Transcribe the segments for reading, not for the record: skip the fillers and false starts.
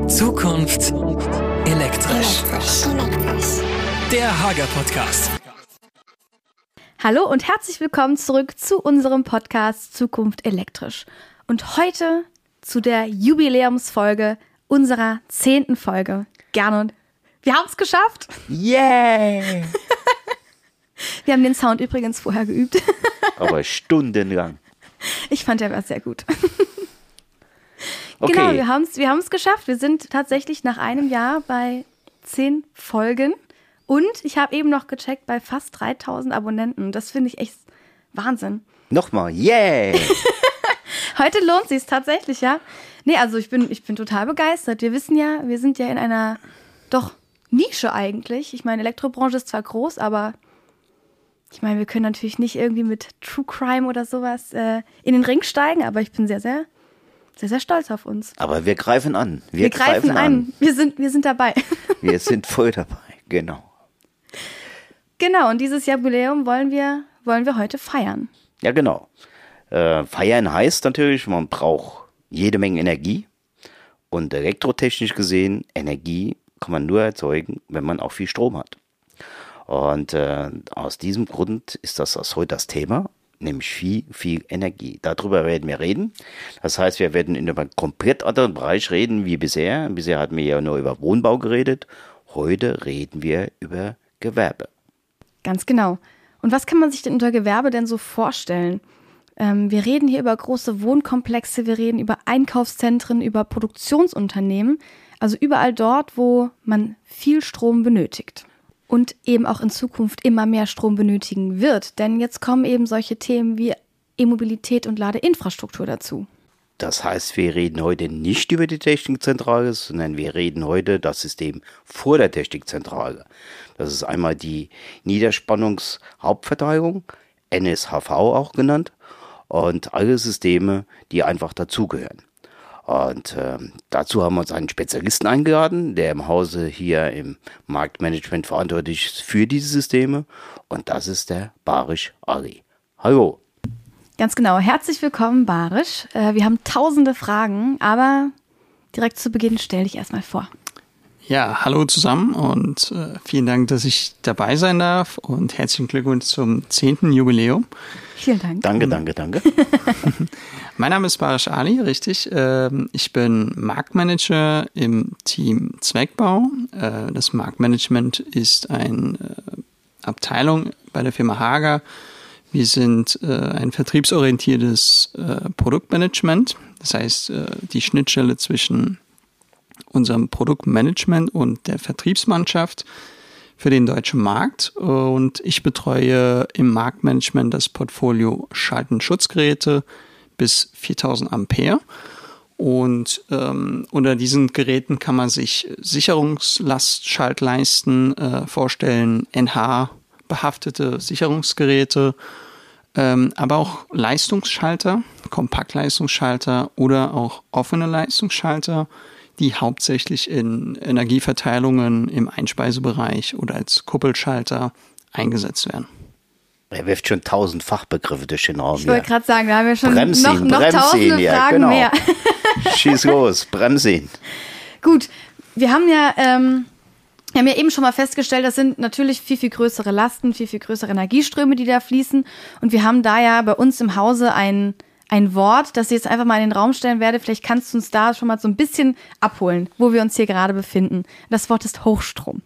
Zukunft elektrisch. Der Hager Podcast. Hallo und herzlich willkommen zurück zu unserem Podcast Zukunft elektrisch. Und heute zu der Jubiläumsfolge unserer 10. Folge. Gernot, wir haben es geschafft. Yay! Wir haben den Sound übrigens vorher geübt. Aber stundenlang. Ich fand, der war sehr gut. Okay. Genau, wir haben es geschafft. Wir sind tatsächlich nach einem Jahr bei 10 Folgen. Und ich habe eben noch gecheckt, bei fast 3000 Abonnenten. Das finde ich echt Wahnsinn. Nochmal, yay! Heute lohnt sich tatsächlich, ja. Nee, also ich bin total begeistert. Wir wissen ja, wir sind ja in einer, doch, Nische eigentlich. Ich meine, Elektrobranche ist zwar groß, aber ich meine, wir können natürlich nicht irgendwie mit True Crime oder sowas in den Ring steigen, aber ich bin sehr, sehr, sehr, sehr stolz auf uns. Aber wir greifen an. Wir greifen an. Wir sind dabei. Wir sind voll dabei, genau. Genau, und dieses Jubiläum wollen wir heute feiern. Ja, genau. Feiern heißt natürlich, man braucht jede Menge Energie. Und elektrotechnisch gesehen, Energie kann man nur erzeugen, wenn man auch viel Strom hat. Und aus diesem Grund ist das heute das Thema, nämlich viel Energie. Darüber werden wir reden. Das heißt, wir werden in einem komplett anderen Bereich reden wie bisher. Bisher hatten wir ja nur über Wohnbau geredet. Heute reden wir über Gewerbe. Ganz genau. Und was kann man sich denn unter Gewerbe denn so vorstellen? Wir reden hier über große Wohnkomplexe, wir reden über Einkaufszentren, über Produktionsunternehmen, also überall dort, wo man viel Strom benötigt. Und eben auch in Zukunft immer mehr Strom benötigen wird. Denn jetzt kommen eben solche Themen wie E-Mobilität und Ladeinfrastruktur dazu. Das heißt, wir reden heute nicht über die Technikzentrale, sondern wir reden heute das System vor der Technikzentrale. Das ist einmal die Niederspannungshauptverteilung, NSHV auch genannt, und alle Systeme, die einfach dazugehören. Und dazu haben wir uns einen Spezialisten eingeladen, der im Hause hier im Marktmanagement verantwortlich ist für diese Systeme. Und das ist der Barisch Ali. Hallo. Ganz genau. Herzlich willkommen, Barisch. Wir haben tausende Fragen, aber direkt zu Beginn stell dich erstmal vor. Ja, hallo zusammen und vielen Dank, dass ich dabei sein darf und herzlichen Glückwunsch zum 10. Jubiläum. Vielen Dank. Danke. Mein Name ist Barisch Ali, richtig. Ich bin Marktmanager im Team Zweckbau. Das Marktmanagement ist eine Abteilung bei der Firma Hager. Wir sind ein vertriebsorientiertes Produktmanagement. Das heißt, die Schnittstelle zwischen unserem Produktmanagement und der Vertriebsmannschaft für den deutschen Markt. Und ich betreue im Marktmanagement das Portfolio Schaltenschutzgeräte bis 4000 Ampere. Und unter diesen Geräten kann man sich Sicherungslastschaltleisten vorstellen, NH-behaftete Sicherungsgeräte, aber auch Leistungsschalter, Kompaktleistungsschalter oder auch offene Leistungsschalter, die hauptsächlich in Energieverteilungen im Einspeisebereich oder als Kuppelschalter eingesetzt werden. Er wirft schon 1000 Fachbegriffe durch den Raum. Ich wollte gerade sagen, wir haben ja schon Bremsen, noch tausende ja, Fragen genau. mehr. Schieß los, Bremsen. Gut, wir haben ja eben schon mal festgestellt, das sind natürlich viel größere Lasten, viel größere Energieströme, die da fließen. Und wir haben da ja bei uns im Hause ein Wort, das ich jetzt einfach mal in den Raum stellen werde. Vielleicht kannst du uns da schon mal so ein bisschen abholen, wo wir uns hier gerade befinden. Das Wort ist Hochstrom.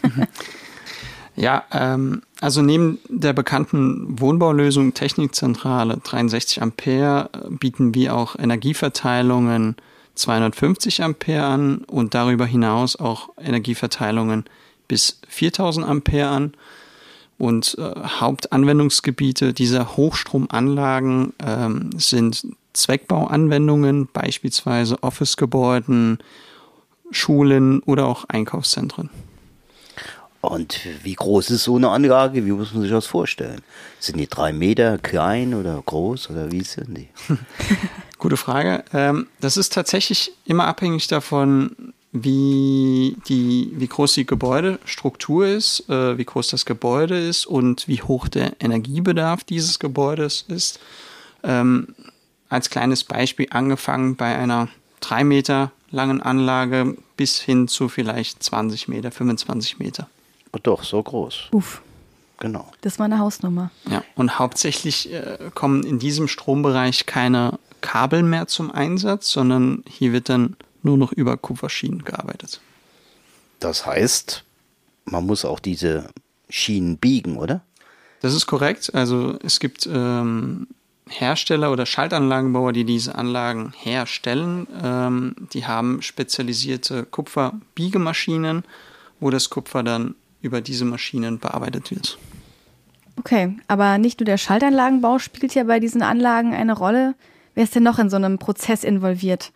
Ja, also neben der bekannten Wohnbaulösung Technikzentrale 63 Ampere bieten wir auch Energieverteilungen 250 Ampere an und darüber hinaus auch Energieverteilungen bis 4000 Ampere an. Und Hauptanwendungsgebiete dieser Hochstromanlagen sind Zweckbauanwendungen, beispielsweise Office-Gebäuden, Schulen oder auch Einkaufszentren. Und wie groß ist so eine Anlage? Wie muss man sich das vorstellen? Sind die 3 Meter klein oder groß oder wie sind die? Gute Frage. Das ist tatsächlich immer abhängig davon, wie groß die Gebäudestruktur ist, wie groß das Gebäude ist und wie hoch der Energiebedarf dieses Gebäudes ist. Als kleines Beispiel angefangen bei einer 3 Meter langen Anlage bis hin zu vielleicht 20 Meter, 25 Meter. Oh, doch, so groß. Uff. Genau. Das war eine Hausnummer. Ja, und hauptsächlich kommen in diesem Strombereich keine Kabel mehr zum Einsatz, sondern hier wird dann nur noch über Kupferschienen gearbeitet. Das heißt, man muss auch diese Schienen biegen, oder? Das ist korrekt. Also es gibt Hersteller oder Schaltanlagenbauer, die diese Anlagen herstellen. Die haben spezialisierte Kupferbiegemaschinen, wo das Kupfer dann über diese Maschinen bearbeitet wird. Okay, aber nicht nur der Schaltanlagenbau spielt ja bei diesen Anlagen eine Rolle. Wer ist denn noch in so einem Prozess involviert?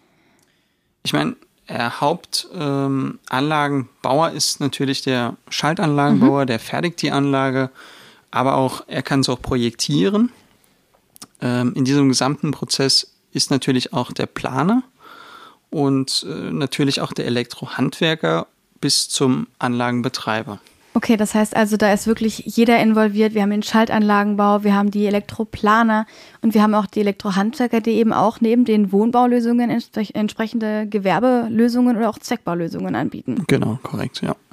Ich meine, der Hauptanlagenbauer ist natürlich der Schaltanlagenbauer, der fertigt die Anlage, aber auch er kann es auch projektieren. In diesem gesamten Prozess ist natürlich auch der Planer und natürlich auch der Elektrohandwerker bis zum Anlagenbetreiber. Okay, das heißt also, da ist wirklich jeder involviert. Wir haben den Schaltanlagenbau, wir haben die Elektroplaner und wir haben auch die Elektrohandwerker, die eben auch neben den Wohnbaulösungen entsprechende Gewerbelösungen oder auch Zweckbaulösungen anbieten. Genau, korrekt, ja.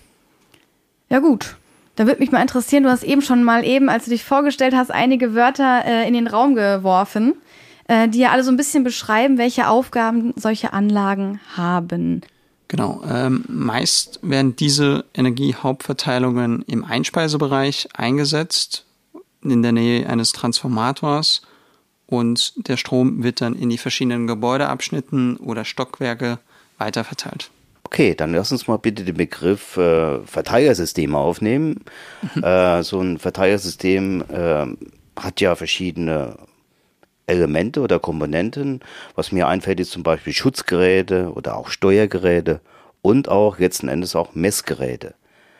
Ja gut, da würde mich mal interessieren, du hast eben schon mal als du dich vorgestellt hast, einige Wörter in den Raum geworfen, die ja alle so ein bisschen beschreiben, welche Aufgaben solche Anlagen haben. Genau, meist werden diese Energiehauptverteilungen im Einspeisebereich eingesetzt, in der Nähe eines Transformators, und der Strom wird dann in die verschiedenen Gebäudeabschnitten oder Stockwerke weiterverteilt. Okay, dann lass uns mal bitte den Begriff Verteilersysteme aufnehmen. So ein Verteilersystem hat ja verschiedene Elemente oder Komponenten. Was mir einfällt, ist zum Beispiel Schutzgeräte oder auch Steuergeräte und auch letzten Endes auch Messgeräte.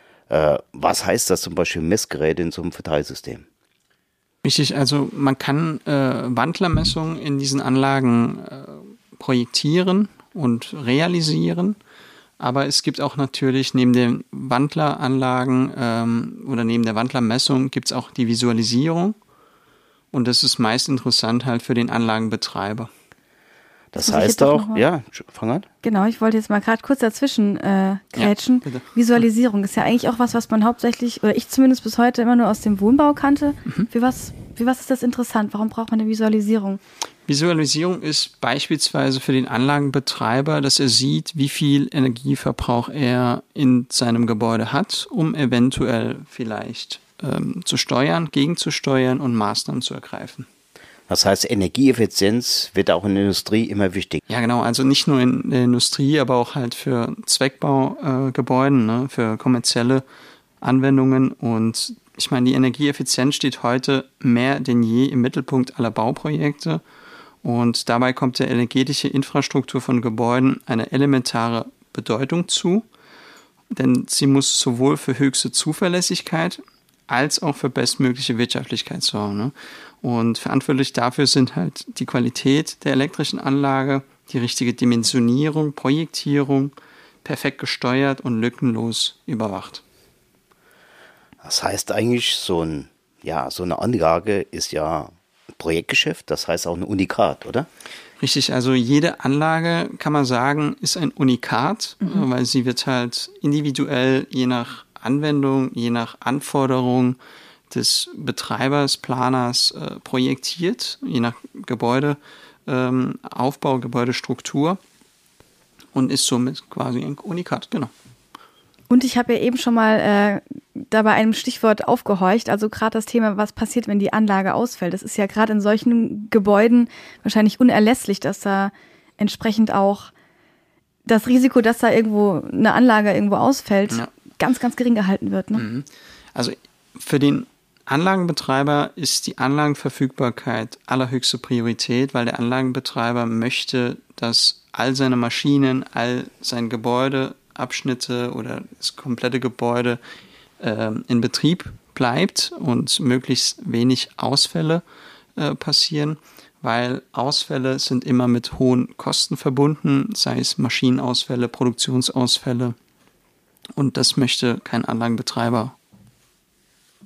Was heißt das zum Beispiel Messgeräte in so einem Verteilsystem? Richtig, also man kann Wandlermessungen in diesen Anlagen projektieren und realisieren, aber es gibt auch natürlich neben den Wandleranlagen oder neben der Wandlermessung gibt es auch die Visualisierung. Und das ist meist interessant halt für den Anlagenbetreiber. Das heißt auch, ja, fang an. Genau, ich wollte jetzt mal gerade kurz dazwischen grätschen. Ja, Visualisierung ist ja eigentlich auch was man hauptsächlich, oder ich zumindest bis heute immer nur aus dem Wohnbau kannte. Für was ist das interessant? Warum braucht man eine Visualisierung? Visualisierung ist beispielsweise für den Anlagenbetreiber, dass er sieht, wie viel Energieverbrauch er in seinem Gebäude hat, um eventuell vielleicht zu steuern, gegenzusteuern und Maßnahmen zu ergreifen. Das heißt, Energieeffizienz wird auch in der Industrie immer wichtig. Ja, genau. Also nicht nur in der Industrie, aber auch halt für Zweckbaugebäuden, ne, für kommerzielle Anwendungen. Und ich meine, die Energieeffizienz steht heute mehr denn je im Mittelpunkt aller Bauprojekte. Und dabei kommt der energetische Infrastruktur von Gebäuden eine elementare Bedeutung zu. Denn sie muss sowohl für höchste Zuverlässigkeit als auch für bestmögliche Wirtschaftlichkeit sorgen. Ne? Und verantwortlich dafür sind halt die Qualität der elektrischen Anlage, die richtige Dimensionierung, Projektierung, perfekt gesteuert und lückenlos überwacht. Das heißt eigentlich, so eine Anlage ist ja Projektgeschäft, das heißt auch ein Unikat, oder? Richtig, also jede Anlage, kann man sagen, ist ein Unikat, weil sie wird halt individuell je nach Anwendung, je nach Anforderung des Betreibers, Planers projektiert, je nach Gebäudeaufbau, Gebäudestruktur, und ist somit quasi ein Unikat, genau. Und ich habe ja eben schon mal da bei einem Stichwort aufgehorcht, also gerade das Thema, was passiert, wenn die Anlage ausfällt. Das ist ja gerade in solchen Gebäuden wahrscheinlich unerlässlich, dass da entsprechend auch das Risiko, dass da irgendwo eine Anlage irgendwo ausfällt, ganz, ganz gering gehalten wird. Ne? Also für den Anlagenbetreiber ist die Anlagenverfügbarkeit allerhöchste Priorität, weil der Anlagenbetreiber möchte, dass all seine Maschinen, all sein Gebäudeabschnitte oder das komplette Gebäude in Betrieb bleibt und möglichst wenig Ausfälle passieren, weil Ausfälle sind immer mit hohen Kosten verbunden, sei es Maschinenausfälle, Produktionsausfälle. Und das möchte kein Anlagenbetreiber.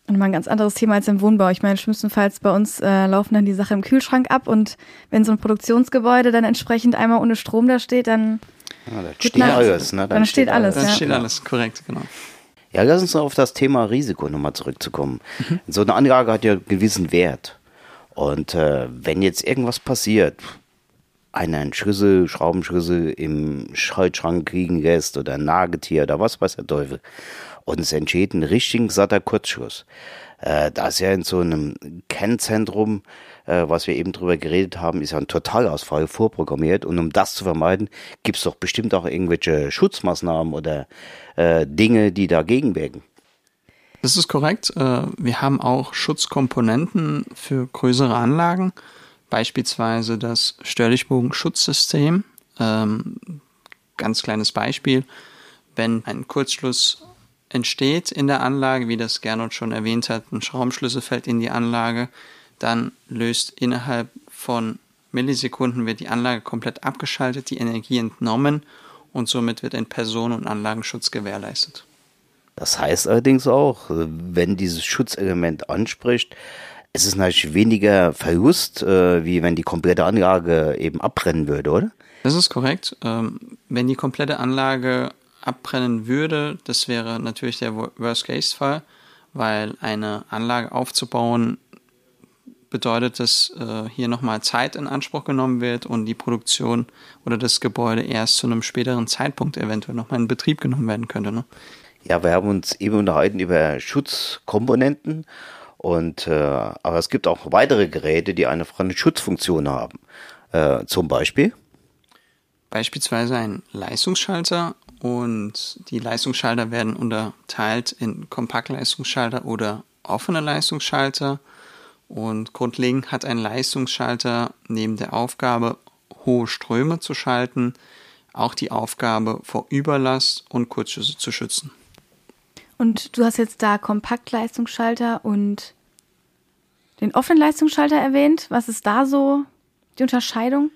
Und mal ein ganz anderes Thema als im Wohnbau. Ich meine, schlimmstenfalls bei uns laufen dann die Sachen im Kühlschrank ab und wenn so ein Produktionsgebäude dann entsprechend einmal ohne Strom da steht, dann steht alles. Ne? Dann steht alles. Dann steht alles, korrekt, genau. Ja, lass uns auf das Thema Risiko nochmal zurückzukommen. So eine Anlage hat ja einen gewissen Wert. Und wenn jetzt irgendwas passiert, einer einen Schlüssel, Schraubenschlüssel im Schaltschrank kriegen lässt oder ein Nagetier oder was weiß der Teufel, und es entsteht ein richtig satter Kurzschluss. Da ist ja in so einem Kennzentrum, was wir eben drüber geredet haben, ist ja ein Totalausfall vorprogrammiert. Und um das zu vermeiden, gibt es doch bestimmt auch irgendwelche Schutzmaßnahmen oder Dinge, die dagegen wirken. Das ist korrekt. Wir haben auch Schutzkomponenten für größere Anlagen, beispielsweise das Störlichtbogenschutzsystem. Ganz kleines Beispiel, wenn ein Kurzschluss entsteht in der Anlage, wie das Gernot schon erwähnt hat, ein Schraubenschlüssel fällt in die Anlage, dann löst innerhalb von Millisekunden wird die Anlage komplett abgeschaltet, die Energie entnommen und somit wird ein Personen- und Anlagenschutz gewährleistet. Das heißt allerdings auch, wenn dieses Schutzelement anspricht, es ist natürlich weniger Verlust, wie wenn die komplette Anlage eben abbrennen würde, oder? Das ist korrekt. Wenn die komplette Anlage abbrennen würde, das wäre natürlich der Worst-Case-Fall, weil eine Anlage aufzubauen bedeutet, dass hier nochmal Zeit in Anspruch genommen wird und die Produktion oder das Gebäude erst zu einem späteren Zeitpunkt eventuell nochmal in Betrieb genommen werden könnte. Ne? Ja, wir haben uns eben unterhalten über Schutzkomponenten und aber es gibt auch weitere Geräte, die eine Schutzfunktion haben. Zum Beispiel? Beispielsweise ein Leistungsschalter. Und die Leistungsschalter werden unterteilt in Kompaktleistungsschalter oder offene Leistungsschalter. Und grundlegend hat ein Leistungsschalter neben der Aufgabe, hohe Ströme zu schalten, auch die Aufgabe, vor Überlast und Kurzschlüsse zu schützen. Und du hast jetzt da Kompaktleistungsschalter und den offenen Leistungsschalter erwähnt. Was ist da so die Unterscheidung?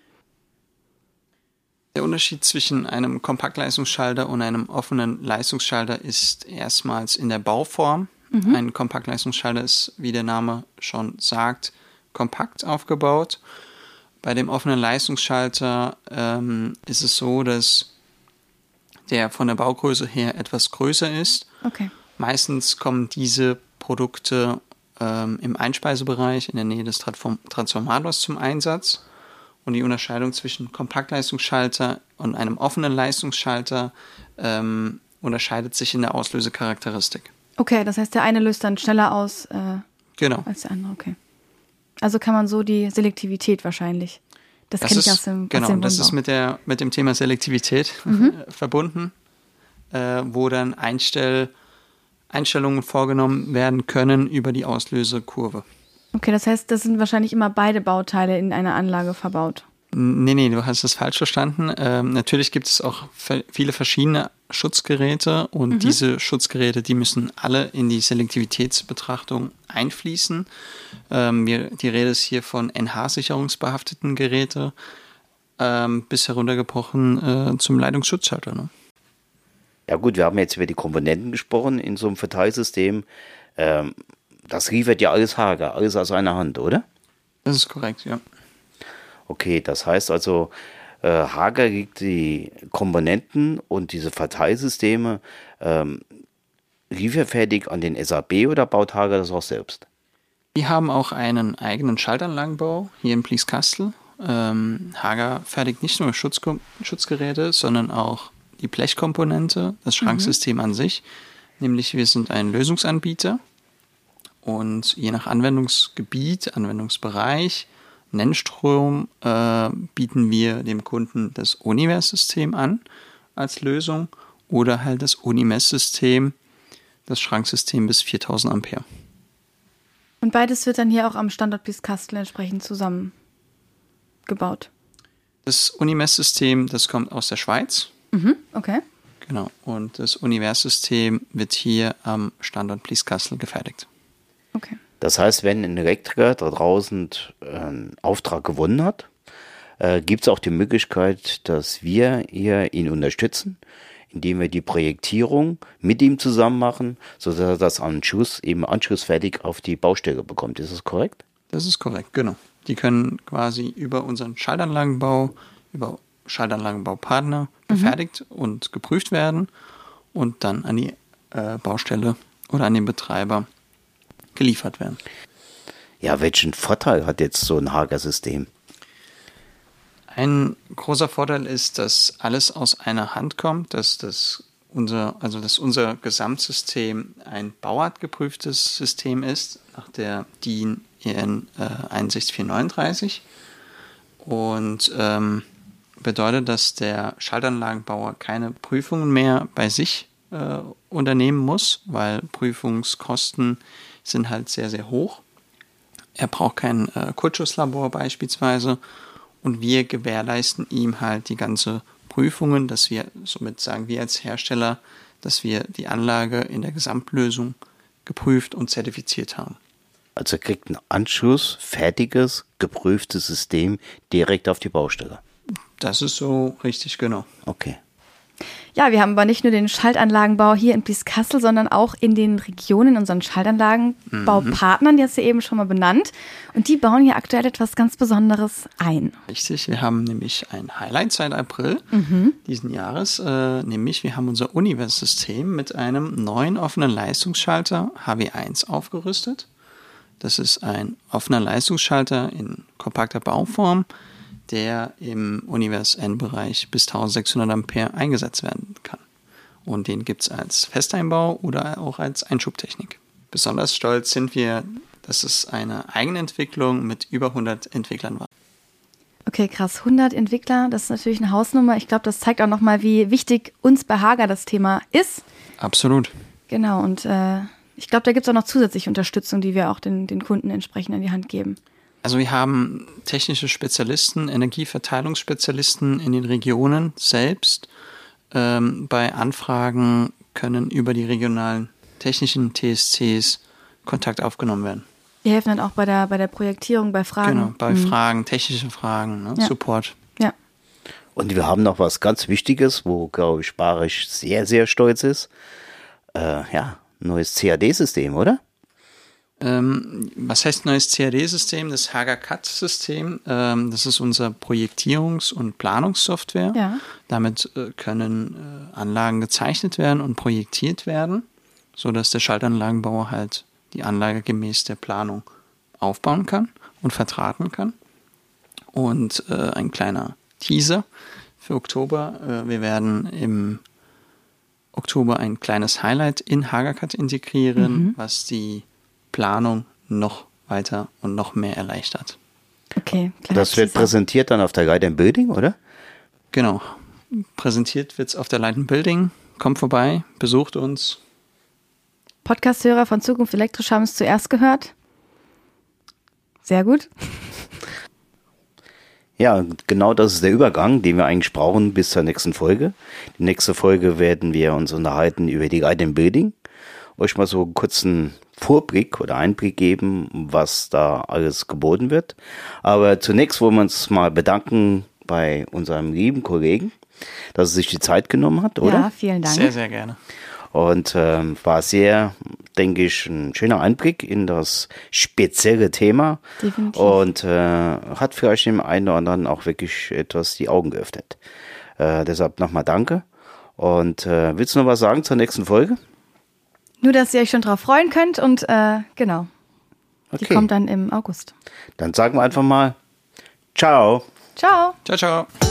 Der Unterschied zwischen einem Kompaktleistungsschalter und einem offenen Leistungsschalter ist erstmals in der Bauform. Ein Kompaktleistungsschalter ist, wie der Name schon sagt, kompakt aufgebaut. Bei dem offenen Leistungsschalter ist es so, dass der von der Baugröße her etwas größer ist. Okay. Meistens kommen diese Produkte im Einspeisebereich in der Nähe des Transformators zum Einsatz. Und die Unterscheidung zwischen Kompaktleistungsschalter und einem offenen Leistungsschalter unterscheidet sich in der Auslösecharakteristik. Okay, das heißt, der eine löst dann schneller aus Genau. als der andere. Okay. Also kann man so die Selektivität wahrscheinlich. Das kenne ich aus dem Genau, Wohnbau. das ist mit dem Thema Selektivität verbunden, wo dann Einstellungen vorgenommen werden können über die Auslösekurve. Okay, das heißt, das sind wahrscheinlich immer beide Bauteile in einer Anlage verbaut. Nee, du hast das falsch verstanden. Natürlich gibt es auch viele verschiedene Schutzgeräte und diese Schutzgeräte, die müssen alle in die Selektivitätsbetrachtung einfließen. Die Rede ist hier von NH-sicherungsbehafteten Geräte bis heruntergebrochen zum Leitungsschutzschalter. Ne? Ja gut, wir haben jetzt über die Komponenten gesprochen in so einem Verteilsystem. Das liefert ja alles Hager, alles aus einer Hand, oder? Das ist korrekt, ja. Okay, das heißt also, Hager liegt die Komponenten und diese Verteilsysteme lieferfertig an den SAB oder baut Hager das auch selbst? Wir haben auch einen eigenen Schaltanlagenbau hier in Blieskastel. Hager fertigt nicht nur Schutzgeräte, sondern auch die Blechkomponente, das Schranksystem an sich. Nämlich wir sind ein Lösungsanbieter und je nach Anwendungsgebiet, Anwendungsbereich, Nennstrom bieten wir dem Kunden das Universe-System an als Lösung oder halt das Unimes-System, das Schranksystem bis 4000 Ampere. Und beides wird dann hier auch am Standort Blieskastel entsprechend zusammengebaut. Das Unimes-System, das kommt aus der Schweiz. Okay. Genau. Und das Universe-System wird hier am Standort Blieskastel gefertigt. Okay. Das heißt, wenn ein Elektriker da draußen einen Auftrag gewonnen hat, gibt es auch die Möglichkeit, dass wir ihn unterstützen, indem wir die Projektierung mit ihm zusammen machen, sodass er das anschlussfertig auf die Baustelle bekommt. Ist das korrekt? Das ist korrekt, genau. Die können quasi über unseren Schaltanlagenbau, über Schaltanlagenbaupartner gefertigt und geprüft werden und dann an die Baustelle oder an den Betreiber geliefert werden. Ja, welchen Vorteil hat jetzt so ein Hager-System? Ein großer Vorteil ist, dass alles aus einer Hand kommt, dass unser Gesamtsystem ein bauartgeprüftes System ist, nach der DIN EN 61439 und bedeutet, dass der Schaltanlagenbauer keine Prüfungen mehr bei sich unternehmen muss, weil Prüfungskosten sind halt sehr, sehr hoch. Er braucht kein Kurzschusslabor beispielsweise und wir gewährleisten ihm halt die ganze Prüfungen, dass wir, somit sagen wir als Hersteller, dass wir die Anlage in der Gesamtlösung geprüft und zertifiziert haben. Also er kriegt ein anschlussfertiges, geprüftes System direkt auf die Baustelle. Das ist so richtig, genau. Okay. Ja, wir haben aber nicht nur den Schaltanlagenbau hier in Blieskastel, sondern auch in den Regionen, unseren Schaltanlagenbaupartnern, die hast du eben schon mal benannt. Und die bauen hier aktuell etwas ganz Besonderes ein. Richtig, wir haben nämlich ein Highlight seit April diesen Jahres. Nämlich wir haben unser Universe-System mit einem neuen offenen Leistungsschalter HW1 aufgerüstet. Das ist ein offener Leistungsschalter in kompakter Bauform, der im Universe-N-Bereich bis 1600 Ampere eingesetzt werden kann. Und den gibt es als Festeinbau oder auch als Einschubtechnik. Besonders stolz sind wir, dass es eine Eigenentwicklung mit über 100 Entwicklern war. Okay, krass. 100 Entwickler, das ist natürlich eine Hausnummer. Ich glaube, das zeigt auch nochmal, wie wichtig uns bei Hager das Thema ist. Absolut. Genau, und ich glaube, da gibt es auch noch zusätzliche Unterstützung, die wir auch den Kunden entsprechend an die Hand geben. Also wir haben technische Spezialisten, Energieverteilungsspezialisten in den Regionen selbst. Bei Anfragen können über die regionalen technischen TSCs Kontakt aufgenommen werden. Die helfen dann auch bei der Projektierung, bei Fragen. Genau, bei Fragen, technische Fragen, ne? Ja. Support. Ja. Und wir haben noch was ganz Wichtiges, wo, glaube ich, Barisch sehr, sehr stolz ist. Neues CAD-System, oder? Was heißt neues CAD-System? Das Hager CAD-System, das ist unser Projektierungs- und Planungssoftware. Ja. Damit können Anlagen gezeichnet werden und projektiert werden, sodass der Schaltanlagenbauer halt die Anlage gemäß der Planung aufbauen kann und verdrahten kann. Und ein kleiner Teaser für Oktober. Wir werden im Oktober ein kleines Highlight in Hager CAD integrieren, was die Planung noch weiter und noch mehr erleichtert. Okay, klar. Das wird präsentiert dann auf der Light & Building, oder? Genau. Präsentiert wird es auf der Light & Building. Kommt vorbei, besucht uns. Podcast-Hörer von Zukunft Elektrisch haben es zuerst gehört. Sehr gut. Ja, genau das ist der Übergang, den wir eigentlich brauchen bis zur nächsten Folge. Die nächste Folge werden wir uns unterhalten über die Light & Building. Euch mal so einen kurzen Vorblick oder Einblick geben, was da alles geboten wird. Aber zunächst wollen wir uns mal bedanken bei unserem lieben Kollegen, dass er sich die Zeit genommen hat, oder? Ja, vielen Dank. Sehr, sehr gerne. Und war sehr, denke ich, ein schöner Einblick in das spezielle Thema. Definitiv. Und hat vielleicht dem einen oder anderen auch wirklich etwas die Augen geöffnet. Deshalb nochmal danke. Und willst du noch was sagen zur nächsten Folge? Nur, dass ihr euch schon drauf freuen könnt und genau. Die Okay. kommt dann im August. Dann sagen wir einfach mal Ciao. Ciao. Ciao, ciao.